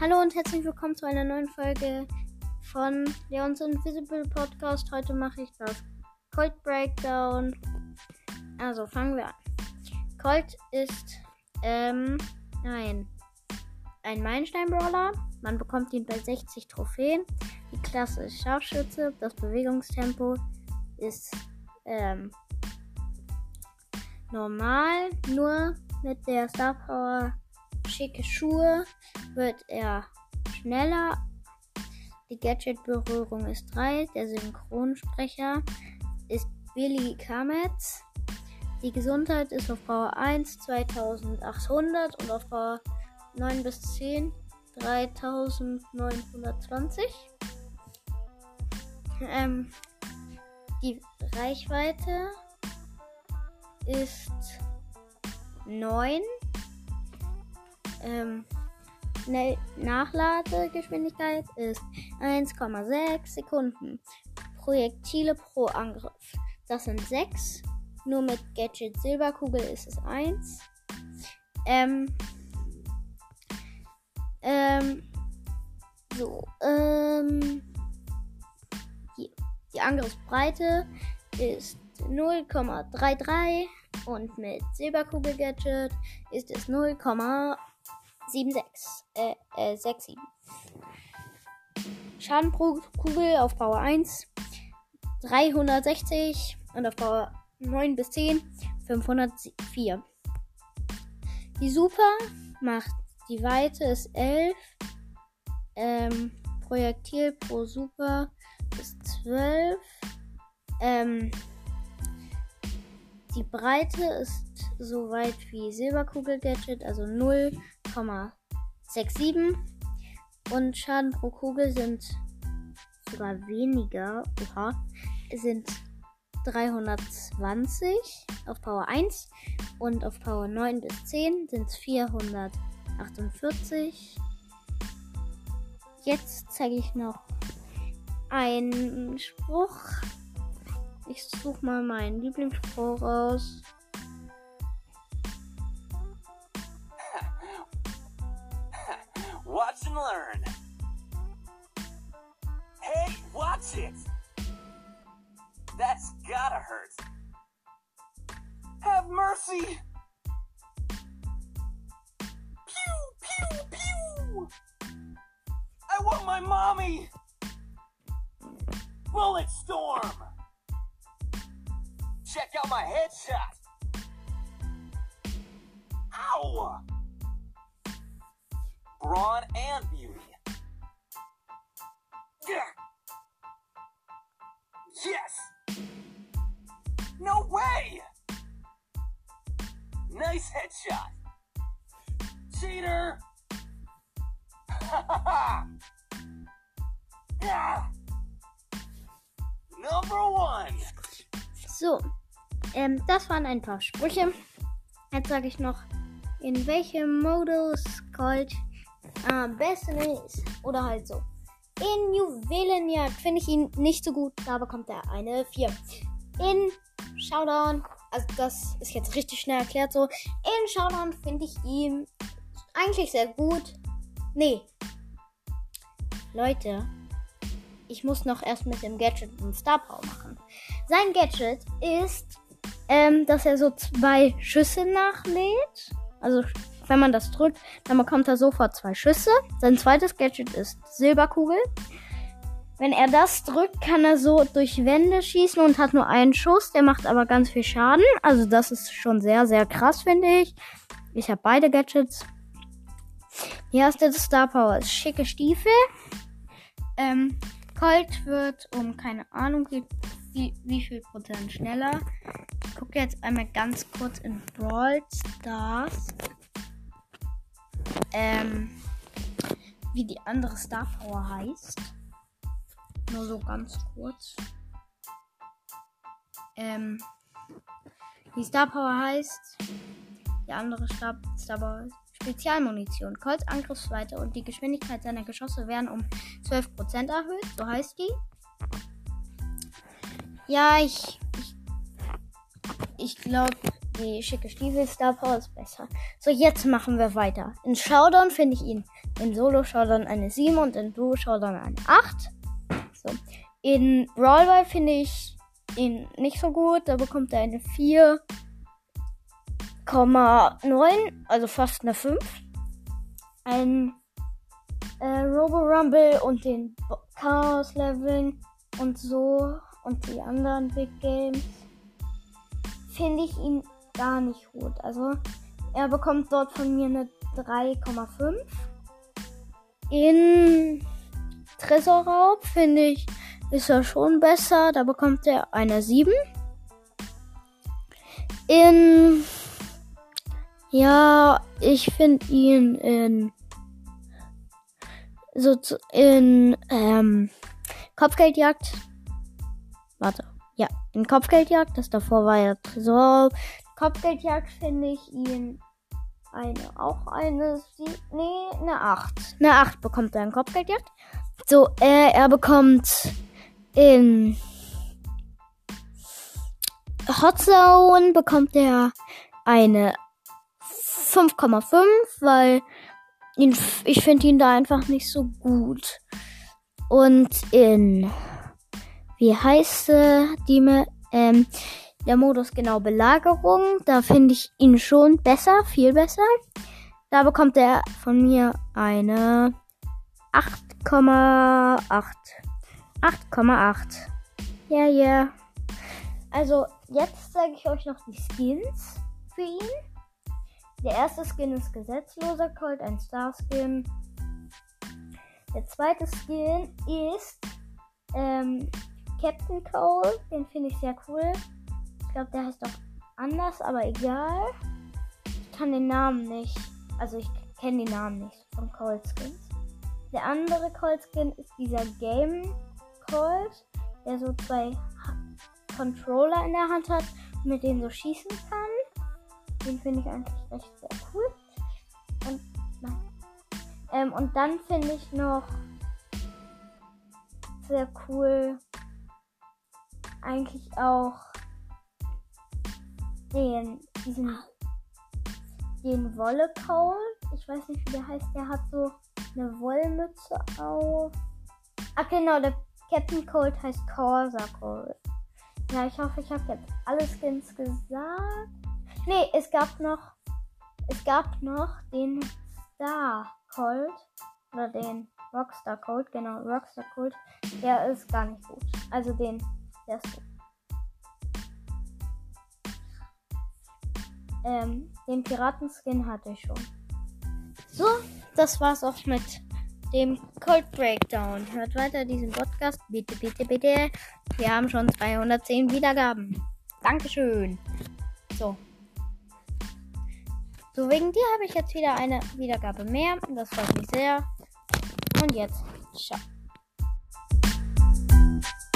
Hallo und herzlich willkommen zu einer neuen Folge von Leons Invisible Podcast. Heute mache ich das Colt Breakdown. Also fangen wir an. Colt ist ein Meilenstein-Brawler. Man bekommt ihn bei 60 Trophäen. Die Klasse ist Scharfschütze. Das Bewegungstempo ist normal. Nur mit der Star Power schicke Schuhe wird er schneller. Die Gadget-Berührung ist 3. Der Synchronsprecher ist Billy Kametz. Die Gesundheit ist auf Power 1 2800 und auf Power 9 bis 10 3920. Die Reichweite ist 9. Nachladegeschwindigkeit ist 1,6 Sekunden. Projektile pro Angriff. Das sind 6. Nur mit Gadget Silberkugel ist es 1. Die Angriffsbreite ist 0,33 und mit Silberkugel Gadget ist es 0,67. Schaden pro Kugel auf Power 1 360 und auf Power 9 bis 10 504. Die Super macht die Weite ist 11. Projektil pro Super ist 12. Die Breite ist so weit wie Silberkugel Gadget, also 0,67. Und Schaden pro Kugel sind sogar weniger. Sind 320 auf Power 1 und auf Power 9 bis 10 sind es 448. Jetzt zeige ich noch einen Spruch. Ich suche mal meinen Lieblingsspruch raus. Watch and learn. Hey, watch it. That's gotta hurt. Have mercy. Pew, pew, pew. I want my mommy. Bullet storm. Check out my headshot. Ow. Brawn and beauty. Yes! No way! Nice headshot. Cheater! Number 1. So, das waren ein paar Sprüche. Jetzt sage ich noch, in welchem Modus Colt am besten ist. Oder halt so. In Juwelenjagd finde ich ihn nicht so gut. Da bekommt er eine 4. In Showdown, also das ist jetzt richtig schnell erklärt so. In Showdown finde ich ihn eigentlich sehr gut. Nee. Leute, ich muss noch erst mit dem Gadget einen Star Power machen. Sein Gadget ist, dass er so 2 Schüsse nachlädt. Also wenn man das drückt, dann bekommt er sofort 2 Schüsse. Sein zweites Gadget ist Silberkugel. Wenn er das drückt, kann er so durch Wände schießen und hat nur einen Schuss. Der macht aber ganz viel Schaden. Also das ist schon sehr, sehr krass, finde ich. Ich habe beide Gadgets. Die erste Star Power ist schicke Stiefel. Colt wird um keine Ahnung wie viel Prozent schneller. Ich gucke jetzt einmal ganz kurz in Brawl Stars. Wie die andere Star Power heißt. Nur so ganz kurz. Die Star Power heißt, die andere Star Power Spezialmunition. Colts Angriffsweite und die Geschwindigkeit seiner Geschosse werden um 12% erhöht. So heißt die. Ja, ich glaube, die schicke Stiefel Star Power ist besser. So, jetzt machen wir weiter. In Showdown finde ich ihn in Solo Showdown eine 7 und in Duo Showdown eine 8. So. In Brawl Ball finde ich ihn nicht so gut. Da bekommt er eine 4,9, also fast eine 5. Ein Robo Rumble und den Chaos Leveln und so und die anderen Big Games finde ich ihn gar nicht gut. Also er bekommt dort von mir eine 3,5. In Tresorraub finde ich, ist er schon besser. Da bekommt er eine 7. Ich finde ihn in Kopfgeldjagd. In Kopfgeldjagd, das davor war ja Tresor. Kopfgeldjagd finde ich ihn eine 8. Eine 8 bekommt er in Kopfgeldjagd. So, er bekommt in Hot Zone bekommt er eine 5,5, weil ich finde ihn da einfach nicht so gut. Und in der Modus genau Belagerung, da finde ich ihn schon besser, viel besser. Da bekommt er von mir eine 8,8. 8,8. Ja. Also, jetzt zeige ich euch noch die Skins für ihn. Der erste Skin ist Gesetzloser Colt, ein Star-Skin. Der zweite Skin ist Captain Cold. Den finde ich sehr cool. Ich glaube, der heißt auch anders, aber egal. Ich kann den Namen nicht. Also, ich kenne die Namen nicht von Cold Skins. Der andere Cold Skin ist dieser Game Cold, der so 2 Controller in der Hand hat und mit denen so schießen kann. Den finde ich eigentlich recht sehr cool. Und dann finde ich noch sehr cool eigentlich auch den Wolle Cold. Ich weiß nicht, wie der heißt. Der hat so eine Wollmütze auf. Ach genau, der Captain Cold heißt Corsa Cold. Ja, ich hoffe, ich habe jetzt alle Skins gesagt. Nee, es gab noch den Star Cold oder den Rockstar Cold. Genau, Rockstar Cold. Der ist gar nicht gut. Also der ist gut. Den Piratenskin hatte ich schon. So, das war's auch mit dem Cold Breakdown. Hört weiter diesen Podcast. Bitte, bitte, bitte. Wir haben schon 210 Wiedergaben. Dankeschön. So, wegen dir habe ich jetzt wieder eine Wiedergabe mehr. Das freut mich sehr. Und jetzt, ciao.